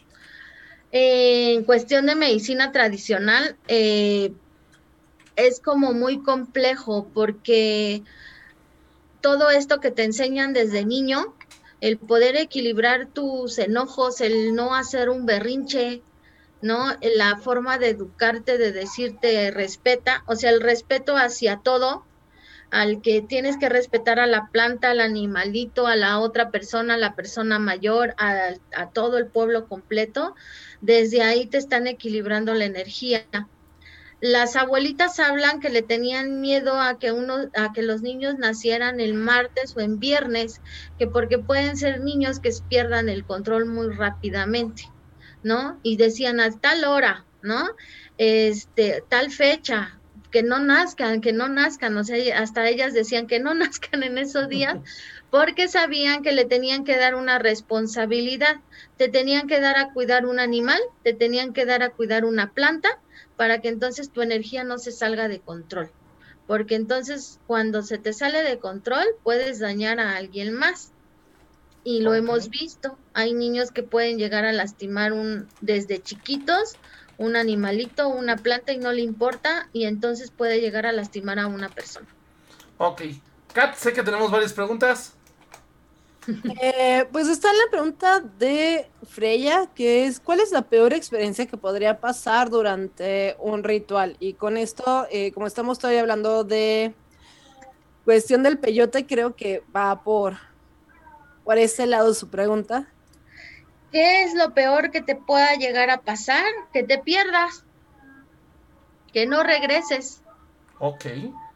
En cuestión de medicina tradicional, eh, es como muy complejo porque todo esto que te enseñan desde niño, el poder equilibrar tus enojos, el no hacer un berrinche, ¿no? La forma de educarte, de decirte respeta, o sea, el respeto hacia todo, al que tienes que respetar a la planta, al animalito, a la otra persona, a la persona mayor, a, a todo el pueblo completo, desde ahí te están equilibrando la energía. Las abuelitas hablan que le tenían miedo a que uno, a que los niños nacieran el martes o en viernes, que porque pueden ser niños que pierdan el control muy rápidamente, ¿no? Y decían a tal hora, ¿no? Este, tal fecha, que no nazcan, que no nazcan, o sea, hasta ellas decían que no nazcan en esos días, porque sabían que le tenían que dar una responsabilidad, te tenían que dar a cuidar un animal, te tenían que dar a cuidar una planta, para que entonces tu energía no se salga de control, porque entonces cuando se te sale de control puedes dañar a alguien más, y lo okay. hemos visto, hay niños que pueden llegar a lastimar un desde chiquitos, un animalito, una planta y no le importa, y entonces puede llegar a lastimar a una persona. Ok, Kat, sé que tenemos varias preguntas. Eh, pues está la pregunta de Freya, que es ¿cuál es la peor experiencia que podría pasar durante un ritual? Y con esto, eh, como estamos todavía hablando de cuestión del peyote, creo que va por, por ese lado su pregunta. ¿Qué es lo peor que te pueda llegar a pasar? Que te pierdas, que no regreses. Ok.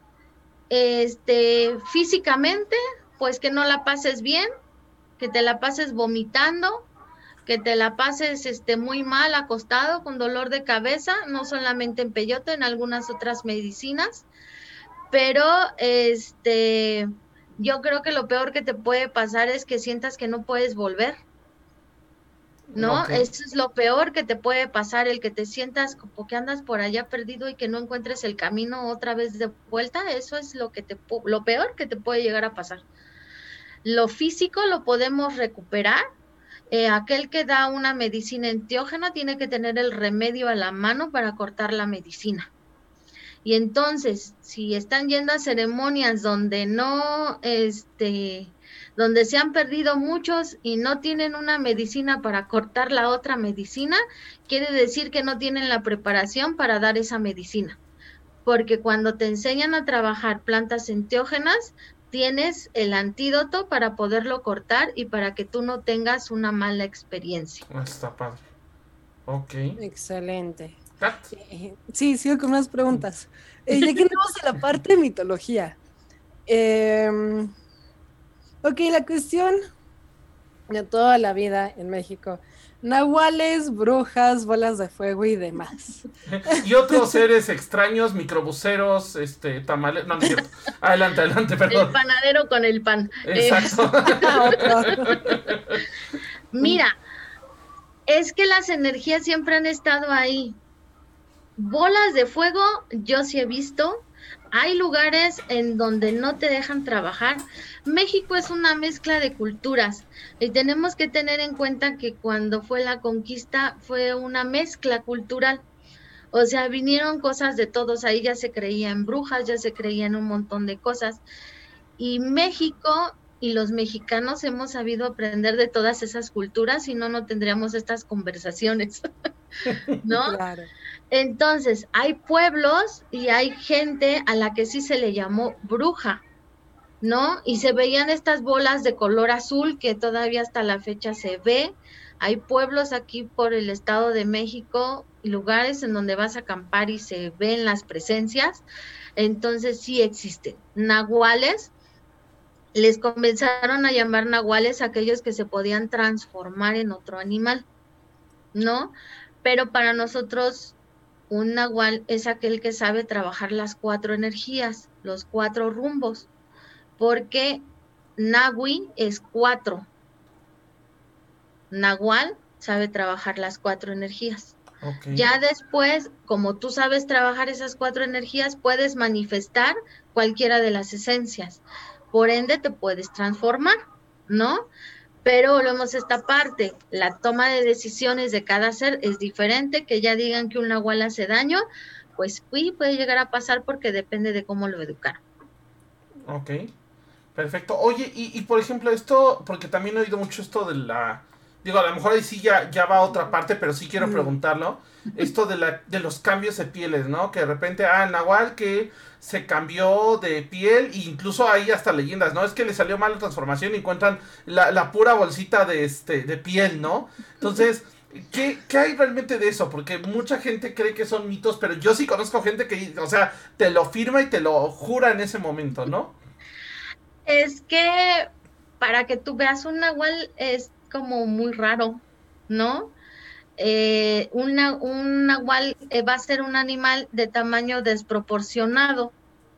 Este, físicamente, pues que no la pases bien, que te la pases vomitando, que te la pases este, muy mal acostado, con dolor de cabeza, no solamente en peyote, en algunas otras medicinas, pero este, yo creo que lo peor que te puede pasar es que sientas que no puedes volver, ¿no? Okay. Eso es lo peor que te puede pasar, el que te sientas como que andas por allá perdido y que no encuentres el camino otra vez de vuelta, eso es lo que te lo peor que te puede llegar a pasar. Lo físico lo podemos recuperar, eh, aquel que da una medicina enteógena tiene que tener el remedio a la mano para cortar la medicina. Y entonces, si están yendo a ceremonias donde no, este, donde se han perdido muchos y no tienen una medicina para cortar la otra medicina, quiere decir que no tienen la preparación para dar esa medicina. Porque cuando te enseñan a trabajar plantas enteógenas, tienes el antídoto para poderlo cortar y para que tú no tengas una mala experiencia. Está padre. Ok. Excelente. Eh, sí, sigo con más preguntas. Eh, ya que entramos a la parte de mitología. Eh, ok, la cuestión de toda la vida en México. Nahuales, brujas, bolas de fuego y demás. Y otros seres extraños, microbuseros, este, tamales, no, no es cierto. Adelante, adelante, perdón. El panadero con el pan. Exacto. Eh, Mira, es que las energías siempre han estado ahí. Bolas de fuego, yo sí he visto. Hay lugares en donde no te dejan trabajar. México es una mezcla de culturas y tenemos que tener en cuenta que cuando fue la conquista fue una mezcla cultural. O sea, vinieron cosas de todos, ahí ya se creía en brujas, ya se creía en un montón de cosas. Y México y los mexicanos hemos sabido aprender de todas esas culturas, y no, no tendríamos estas conversaciones, ¿no? Claro. Entonces, hay pueblos y hay gente a la que sí se le llamó bruja, ¿no? Y se veían estas bolas de color azul que todavía hasta la fecha se ve. Hay pueblos aquí por el Estado de México, lugares en donde vas a acampar y se ven las presencias. Entonces, sí existen. Nahuales, les comenzaron a llamar nahuales a aquellos que se podían transformar en otro animal, ¿no? Pero para nosotros un nahual es aquel que sabe trabajar las cuatro energías, los cuatro rumbos, porque nahui es cuatro. Nahual sabe trabajar las cuatro energías. Okay. Ya después, como tú sabes trabajar esas cuatro energías, puedes manifestar cualquiera de las esencias. Por ende, te puedes transformar, ¿no? Pero volvemos a esta parte, la toma de decisiones de cada ser es diferente. Que ya digan que un nahual hace daño, pues sí, puede llegar a pasar porque depende de cómo lo educaron. Ok, perfecto. Oye, y, y por ejemplo esto, porque también he oído mucho esto de la, digo, a lo mejor ahí sí ya, ya va a otra parte, pero sí quiero preguntarlo, esto de, la, de los cambios de pieles, ¿no? Que de repente, ah, Nahual que se cambió de piel, e incluso hay hasta leyendas, ¿no? Es que le salió mal la transformación y encuentran la, la pura bolsita de, este, de piel, ¿no? Entonces... ¿Qué, ¿Qué hay realmente de eso? Porque mucha gente cree que son mitos, pero yo sí conozco gente que, o sea, te lo firma y te lo jura en ese momento, ¿no? Es que para que tú veas un nahual es como muy raro, ¿no? Eh, una, un nahual eh, va a ser un animal de tamaño desproporcionado.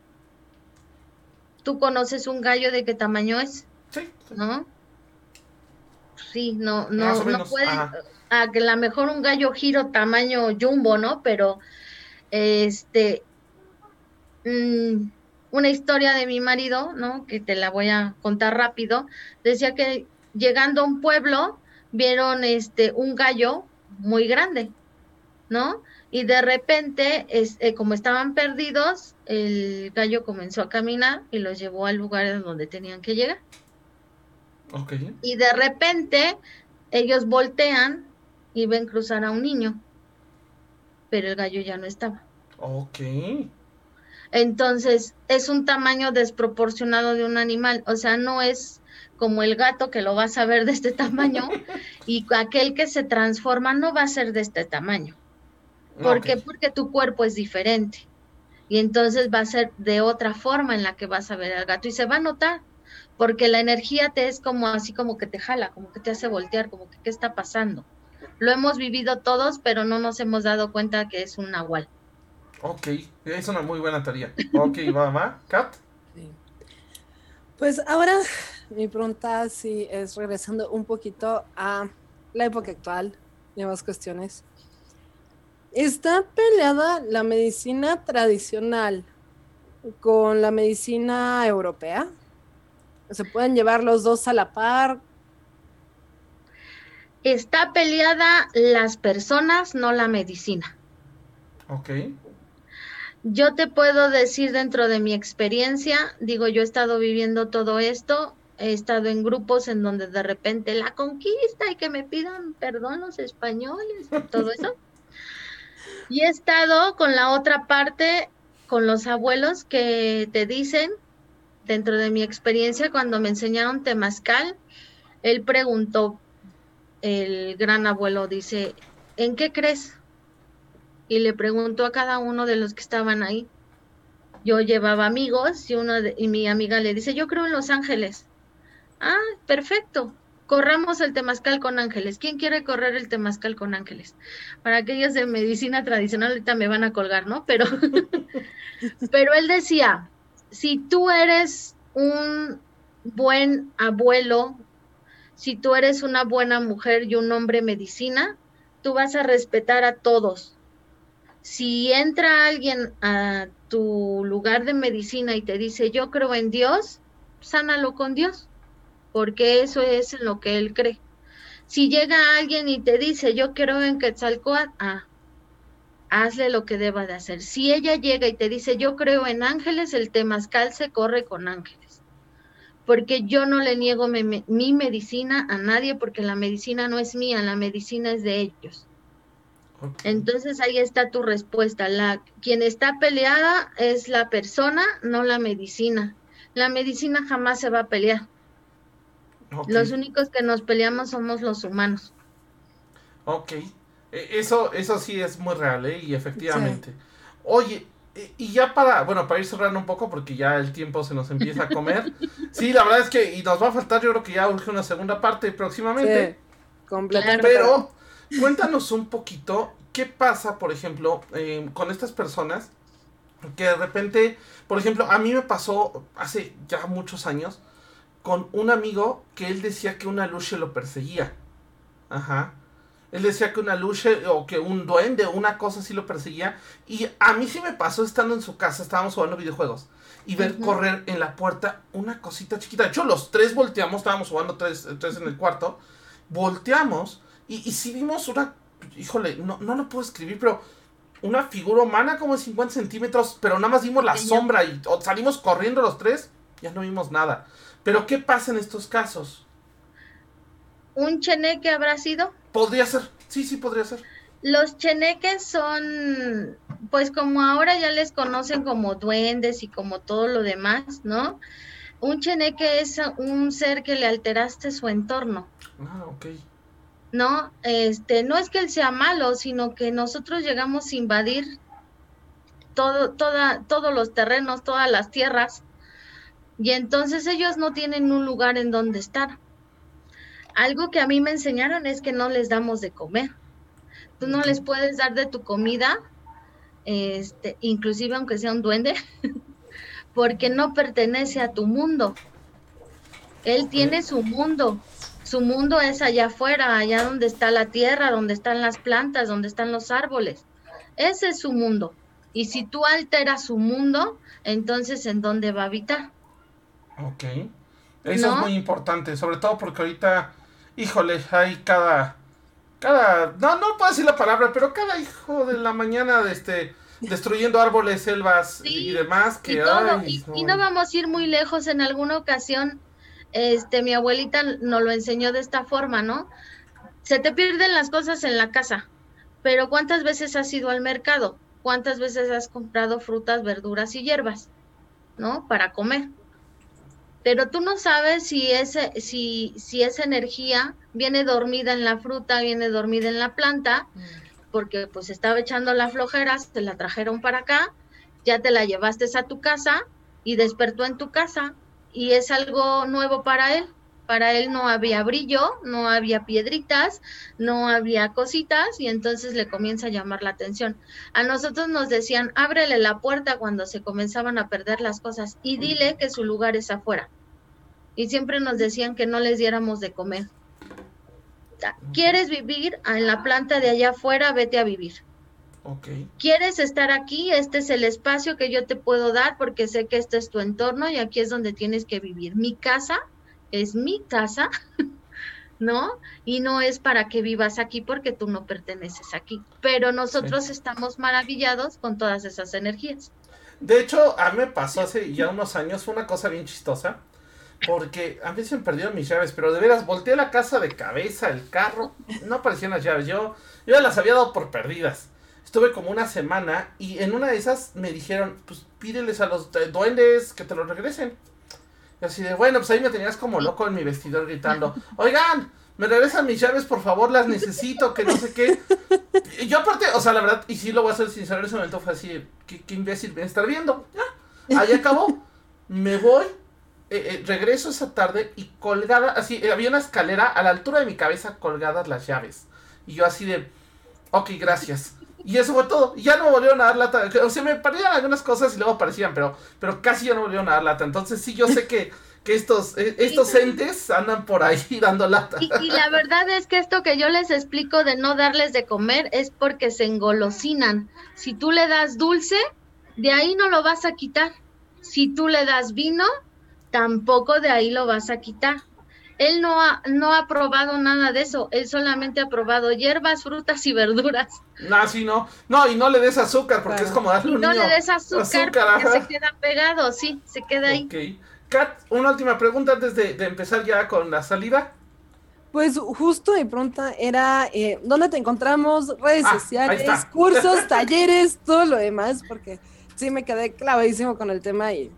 ¿Tú conoces un gallo de qué tamaño es? Sí. sí. ¿No? Sí, no, no, no puede... A que a lo mejor un gallo giro tamaño jumbo, ¿no? Pero, este, mmm, una historia de mi marido, ¿no? Que te la voy a contar rápido. Decía que llegando a un pueblo, vieron este, un gallo muy grande, ¿no? Y de repente, este, como estaban perdidos, el gallo comenzó a caminar y los llevó al lugar donde tenían que llegar. Okay. Y de repente, ellos voltean y ven cruzar a un niño, pero el gallo ya no estaba. Ok. Entonces, es un tamaño desproporcionado de un animal, o sea, no es como el gato que lo vas a ver de este tamaño, y aquel que se transforma no va a ser de este tamaño. ¿Por okay. qué? Porque tu cuerpo es diferente, y entonces va a ser de otra forma en la que vas a ver al gato, y se va a notar, porque la energía te es como así como que te jala, como que te hace voltear, como que qué está pasando. Lo hemos vivido todos, pero no nos hemos dado cuenta que es un nahual. Ok, es una muy buena teoría. Ok, va, va. ¿Kat? Sí. Pues ahora mi pregunta sí es regresando un poquito a la época actual, nuevas cuestiones. ¿Está peleada la medicina tradicional con la medicina europea? ¿Se pueden llevar los dos a la par? Está peleada las personas, no la medicina. Ok. Yo te puedo decir dentro de mi experiencia, digo, yo he estado viviendo todo esto, he estado en grupos en donde de repente la conquista y que me pidan perdón los españoles, todo eso. Y he estado con la otra parte, con los abuelos que te dicen, dentro de mi experiencia, cuando me enseñaron temazcal, él preguntó, el gran abuelo dice, ¿en qué crees? Y le preguntó a cada uno de los que estaban ahí. Yo llevaba amigos y, uno de, y mi amiga le dice, yo creo en los ángeles. Ah, perfecto, corramos el temazcal con ángeles. ¿Quién quiere correr el temazcal con ángeles? Para aquellos de medicina tradicional ahorita me van a colgar, ¿no? Pero, pero él decía, si tú eres un buen abuelo, si tú eres una buena mujer y un hombre medicina, tú vas a respetar a todos. Si entra alguien a tu lugar de medicina y te dice, yo creo en Dios, sánalo con Dios, porque eso es en lo que él cree. Si llega alguien y te dice, yo creo en Quetzalcóatl, ah, hazle lo que deba de hacer. Si ella llega y te dice, yo creo en ángeles, el temazcal se corre con ángeles. Porque yo no le niego mi, mi medicina a nadie, porque la medicina no es mía, la medicina es de ellos. Okay. Entonces ahí está tu respuesta. La, quien está peleada es la persona, no la medicina. La medicina jamás se va a pelear. Okay. Los únicos que nos peleamos somos los humanos. Ok, eso, eso sí es muy real, ¿eh? Y efectivamente. Sí. Oye, y ya para, bueno, para ir cerrando un poco, porque ya el tiempo se nos empieza a comer. Sí, la verdad es que, y nos va a faltar, yo creo que ya urge una segunda parte próximamente. Sí, completamente. Pero, cuéntanos un poquito, ¿qué pasa, por ejemplo, eh, con estas personas que de repente, por ejemplo, a mí me pasó hace ya muchos años con un amigo que él decía que una luche lo perseguía. Ajá. Él decía que una luche o que un duende o una cosa así lo perseguía. Y a mí sí me pasó estando en su casa, estábamos jugando videojuegos, y ver uh-huh. correr en la puerta una cosita chiquita. De hecho, los tres volteamos, estábamos jugando tres, tres en el cuarto. Volteamos y, y sí vimos una, híjole, no, no lo puedo escribir, pero una figura humana como de cincuenta centímetros, pero nada más vimos la sí, sombra y salimos corriendo los tres, ya no vimos nada. Pero ¿qué pasa en estos casos? ¿Un cheneque habrá sido? Podría ser, sí, sí, podría ser. Los cheneques son, pues como ahora ya les conocen como duendes y como todo lo demás, ¿no? Un cheneque es un ser que le alteraste su entorno. Ah, ok. No, este, no es que él sea malo, sino que nosotros llegamos a invadir todo, toda, todos los terrenos, todas las tierras, y entonces ellos no tienen un lugar en donde estar. Algo que a mí me enseñaron es que no les damos de comer. Tú no les puedes dar de tu comida, este, inclusive aunque sea un duende, porque no pertenece a tu mundo. Él tiene su mundo. Su mundo es allá afuera, allá donde está la tierra, donde están las plantas, donde están los árboles. Ese es su mundo. Y si tú alteras su mundo, entonces ¿en dónde va a habitar? Ok. Eso ¿No? es muy importante, sobre todo porque ahorita, híjole, hay cada... Cada... No, no puedo decir la palabra, pero cada hijo de la mañana de este... destruyendo árboles, selvas Sí, y demás que... y todo. Ay, Y, no. y no vamos a ir muy lejos. En alguna ocasión, este, mi abuelita nos lo enseñó de esta forma, ¿no? Se te pierden las cosas en la casa, pero ¿cuántas veces has ido al mercado? ¿Cuántas veces has comprado frutas, verduras y hierbas, ¿no? Para comer. Pero tú no sabes si, ese, si, si esa energía viene dormida en la fruta, viene dormida en la planta, porque pues estaba echando la flojera, te la trajeron para acá, ya te la llevaste a tu casa y despertó en tu casa y es algo nuevo para él. Para él no había brillo, no había piedritas, no había cositas y entonces le comienza a llamar la atención. A nosotros nos decían, ábrele la puerta cuando se comenzaban a perder las cosas y dile que su lugar es afuera. Y siempre nos decían que no les diéramos de comer. ¿Quieres vivir en la planta de allá afuera? Vete a vivir. Okay. ¿Quieres estar aquí? Este es el espacio que yo te puedo dar porque sé que este es tu entorno y aquí es donde tienes que vivir. Mi casa es mi casa, ¿no? Y no es para que vivas aquí porque tú no perteneces aquí. Pero nosotros sí estamos maravillados con todas esas energías. De hecho, a mí me pasó hace ya unos años una cosa bien chistosa. Porque a mí se me perdieron mis llaves, pero de veras, volteé la casa de cabeza, el carro, no aparecían las llaves. Yo, yo ya las había dado por perdidas. Estuve como una semana y en una de esas me dijeron, pues pídeles a los duendes que te lo regresen. Y así de, bueno, pues ahí me tenías como loco en mi vestidor gritando, oigan, me regresan mis llaves, por favor, las necesito, que no sé qué. Y yo aparte, o sea, la verdad, y sí lo voy a ser sincero, en ese momento fue así, qué, qué imbécil me estar viendo. Ya, ahí acabó. Me voy, eh, eh, regreso esa tarde y colgada, así, eh, había una escalera a la altura de mi cabeza colgadas las llaves. Y yo así de, ok, gracias. Y eso fue todo. Y ya no me volvieron a dar lata. O sea, me perdían algunas cosas y luego aparecían, pero, pero casi ya no volvieron a dar lata. Entonces sí, yo sé que, que estos, estos entes andan por ahí dando lata. Y, y la verdad es que esto que yo les explico de no darles de comer es porque se engolosinan. Si tú le das dulce, de ahí no lo vas a quitar. Si tú le das vino, tampoco de ahí lo vas a quitar. Él no ha, no ha probado nada de eso, él solamente ha probado hierbas, frutas y verduras. No, sí, no. No, y no le des azúcar, porque claro. Es como darle a un no niño le des azúcar, azúcar porque ajá. Se queda pegado, sí, se queda ahí. Ok. Kat, una última pregunta antes de, de empezar ya con la salida. Pues justo mi pregunta era, eh, ¿dónde te encontramos? Redes ah, sociales, cursos, talleres, todo lo demás, porque sí me quedé clavadísimo con el tema y...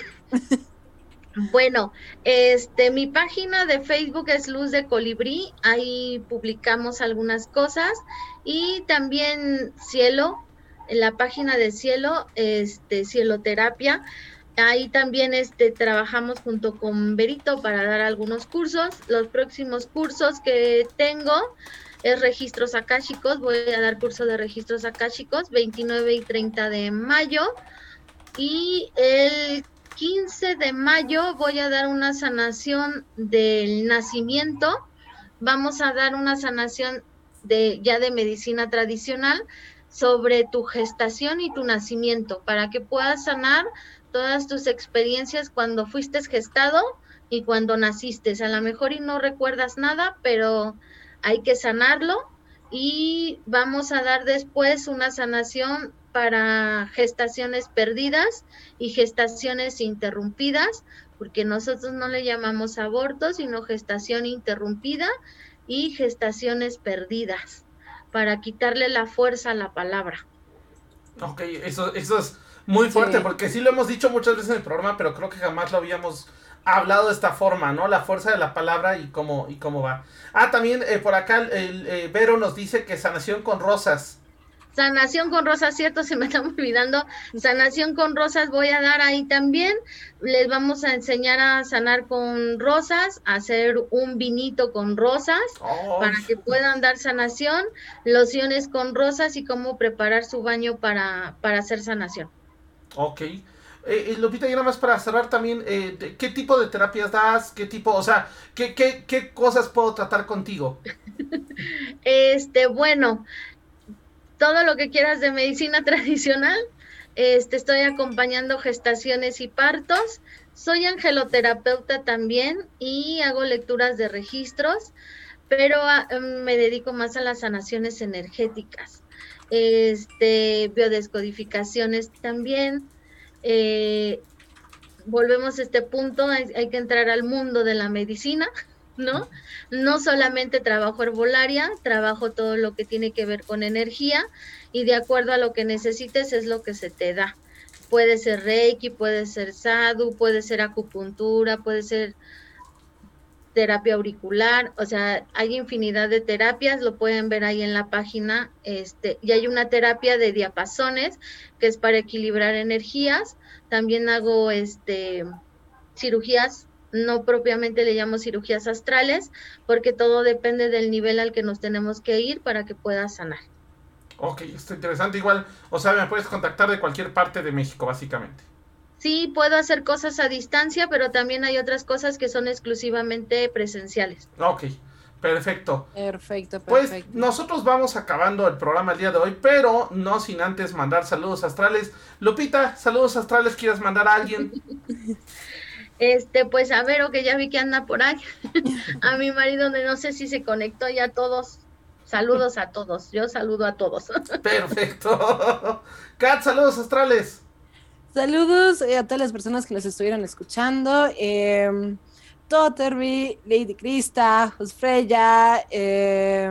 Bueno, este, mi página de Facebook es Luz de Colibrí, ahí publicamos algunas cosas y también Cielo, en la página de Cielo, este, Cieloterapia, ahí también este, trabajamos junto con Berito para dar algunos cursos. Los próximos cursos que tengo es registros akáshicos, voy a dar curso de registros akáshicos veintinueve y treinta de mayo y el quince de mayo voy a dar una sanación del nacimiento, vamos a dar una sanación de ya de medicina tradicional sobre tu gestación y tu nacimiento, para que puedas sanar todas tus experiencias cuando fuiste gestado y cuando naciste. A lo mejor y no recuerdas nada, pero hay que sanarlo y vamos a dar después una sanación para gestaciones perdidas y gestaciones interrumpidas, porque nosotros no le llamamos aborto, sino gestación interrumpida y gestaciones perdidas, para quitarle la fuerza a la palabra. Ok, eso, eso es muy fuerte, sí. Porque sí lo hemos dicho muchas veces en el programa, pero creo que jamás lo habíamos hablado de esta forma, ¿no? La fuerza de la palabra y cómo, y cómo va. Ah, también eh, por acá el, el eh, Vero nos dice que sanación con rosas. Sanación con rosas, cierto, se me está olvidando. Sanación con rosas voy a dar ahí también. Les vamos a enseñar a sanar con rosas, a hacer un vinito con rosas, oh, para que puedan dar sanación, lociones con rosas y cómo preparar su baño para, para hacer sanación. Ok. Eh, Lupita, y nada más para cerrar también, eh, ¿qué tipo de terapias das? ¿Qué tipo, o sea, qué, qué, qué cosas puedo tratar contigo? Este, bueno, todo lo que quieras de medicina tradicional. Este, estoy acompañando gestaciones y partos. Soy angeloterapeuta también y hago lecturas de registros, pero a, me dedico más a las sanaciones energéticas. Este, biodescodificaciones también. Eh, volvemos a este punto, hay, hay que entrar al mundo de la medicina, ¿no? No solamente trabajo herbolaria, trabajo todo lo que tiene que ver con energía y de acuerdo a lo que necesites es lo que se te da. Puede ser Reiki, puede ser sadhu, puede ser acupuntura, puede ser terapia auricular, o sea, hay infinidad de terapias, lo pueden ver ahí en la página, este, y hay una terapia de diapasones que es para equilibrar energías. También hago este cirugías, no propiamente le llamo cirugías astrales, porque todo depende del nivel al que nos tenemos que ir para que pueda sanar. Ok, está interesante. Igual, o sea, me puedes contactar de cualquier parte de México, básicamente. Sí, puedo hacer cosas a distancia, pero también hay otras cosas que son exclusivamente presenciales. Ok, perfecto. Perfecto, perfecto. Pues nosotros vamos acabando el programa el día de hoy, pero no sin antes mandar saludos astrales. Lupita, saludos astrales, ¿quieres mandar a alguien? Este, pues a Vero, que ya vi que anda por ahí. A mi marido, donde no sé si se conectó ya todos. Saludos a todos, yo saludo a todos. Perfecto. Kat, saludos astrales. Saludos eh, a todas las personas que nos estuvieron escuchando. Eh, Totterby, Lady Krista, Josfreya, eh,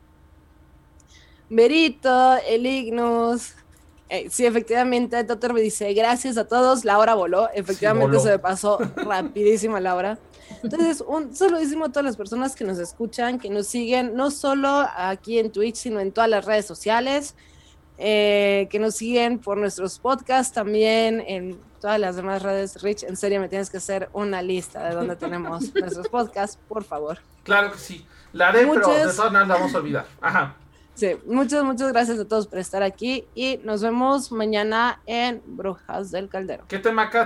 Berito, Elignus. Eh, sí, efectivamente, Totterby dice, gracias a todos, la hora voló. Efectivamente, sí, voló. Se me pasó rapidísima la hora. Entonces, un saludísimo a todas las personas que nos escuchan, que nos siguen, no solo aquí en Twitch, sino en todas las redes sociales. Eh, que nos siguen por nuestros podcasts, también en todas las demás redes. Rich, en serio me tienes que hacer una lista de donde tenemos nuestros podcasts, por favor. Claro que sí, la haré, muchas, pero de todas maneras la vamos a olvidar. Ajá. Sí, muchas, muchas gracias a todos por estar aquí y nos vemos mañana en Brujas del Caldero. ¿Qué tema, Kat?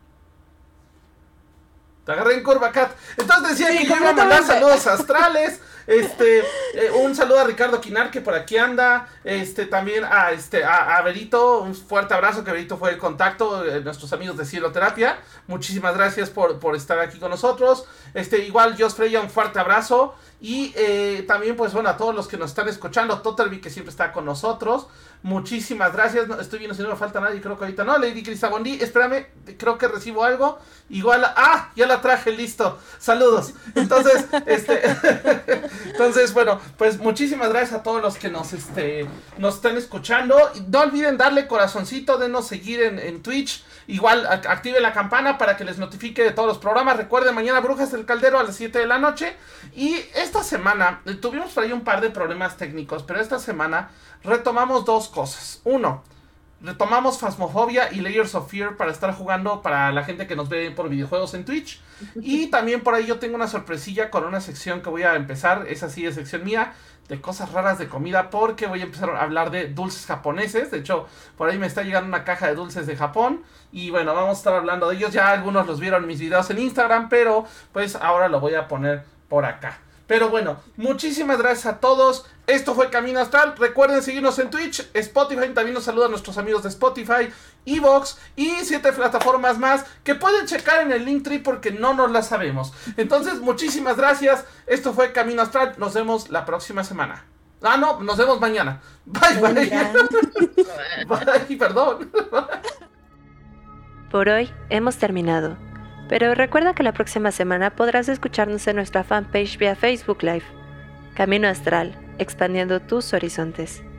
Te agarré en curva, Kat. Entonces decía sí, que yo iba a mandar saludos astrales. Este, eh, un saludo a Ricardo Quinar, que por aquí anda. Este, también a este, a, a Berito, un fuerte abrazo, que Berito fue el contacto, eh, nuestros amigos de Cieloterapia. Muchísimas gracias por, por estar aquí con nosotros. Este, igual, Jos Freya, un fuerte abrazo. Y eh, también, pues bueno, a todos los que nos están escuchando, Totterby, que siempre está con nosotros. Muchísimas gracias. No, estoy viendo si no me falta nadie, creo que ahorita no. Lady Krista Bondi, espérame, creo que recibo algo. Igual, ah, ya la traje, listo. Saludos. Entonces, este, entonces, bueno, pues muchísimas gracias a todos los que nos, este, nos están escuchando. No olviden darle corazoncito, denos seguir en, en Twitch. Igual, activen la campana para que les notifique de todos los programas. Recuerden, mañana Brujas del Caldero a las siete de la noche. Y esta semana, tuvimos por ahí un par de problemas técnicos, pero esta semana retomamos dos cosas. Uno, retomamos Phasmophobia y Layers of Fear para estar jugando para la gente que nos ve por videojuegos en Twitch. Y también por ahí yo tengo una sorpresilla con una sección que voy a empezar, esa sí es sección mía, de cosas raras de comida, porque voy a empezar a hablar de dulces japoneses. De hecho, por ahí me está llegando una caja de dulces de Japón. Y bueno, vamos a estar hablando de ellos. Ya algunos los vieron en mis videos en Instagram, pero pues ahora lo voy a poner por acá. Pero bueno, muchísimas gracias a todos. Esto fue Camino Astral. Recuerden seguirnos en Twitch, Spotify. También nos saludan nuestros amigos de Spotify, Evox y siete plataformas más que pueden checar en el Linktree porque no nos las sabemos. Entonces, muchísimas gracias. Esto fue Camino Astral. Nos vemos la próxima semana. Ah, no, nos vemos mañana. Bye, bye. Bye, perdón. Por hoy hemos terminado. Pero recuerda que la próxima semana podrás escucharnos en nuestra fanpage vía Facebook Live. Camino Astral, expandiendo tus horizontes.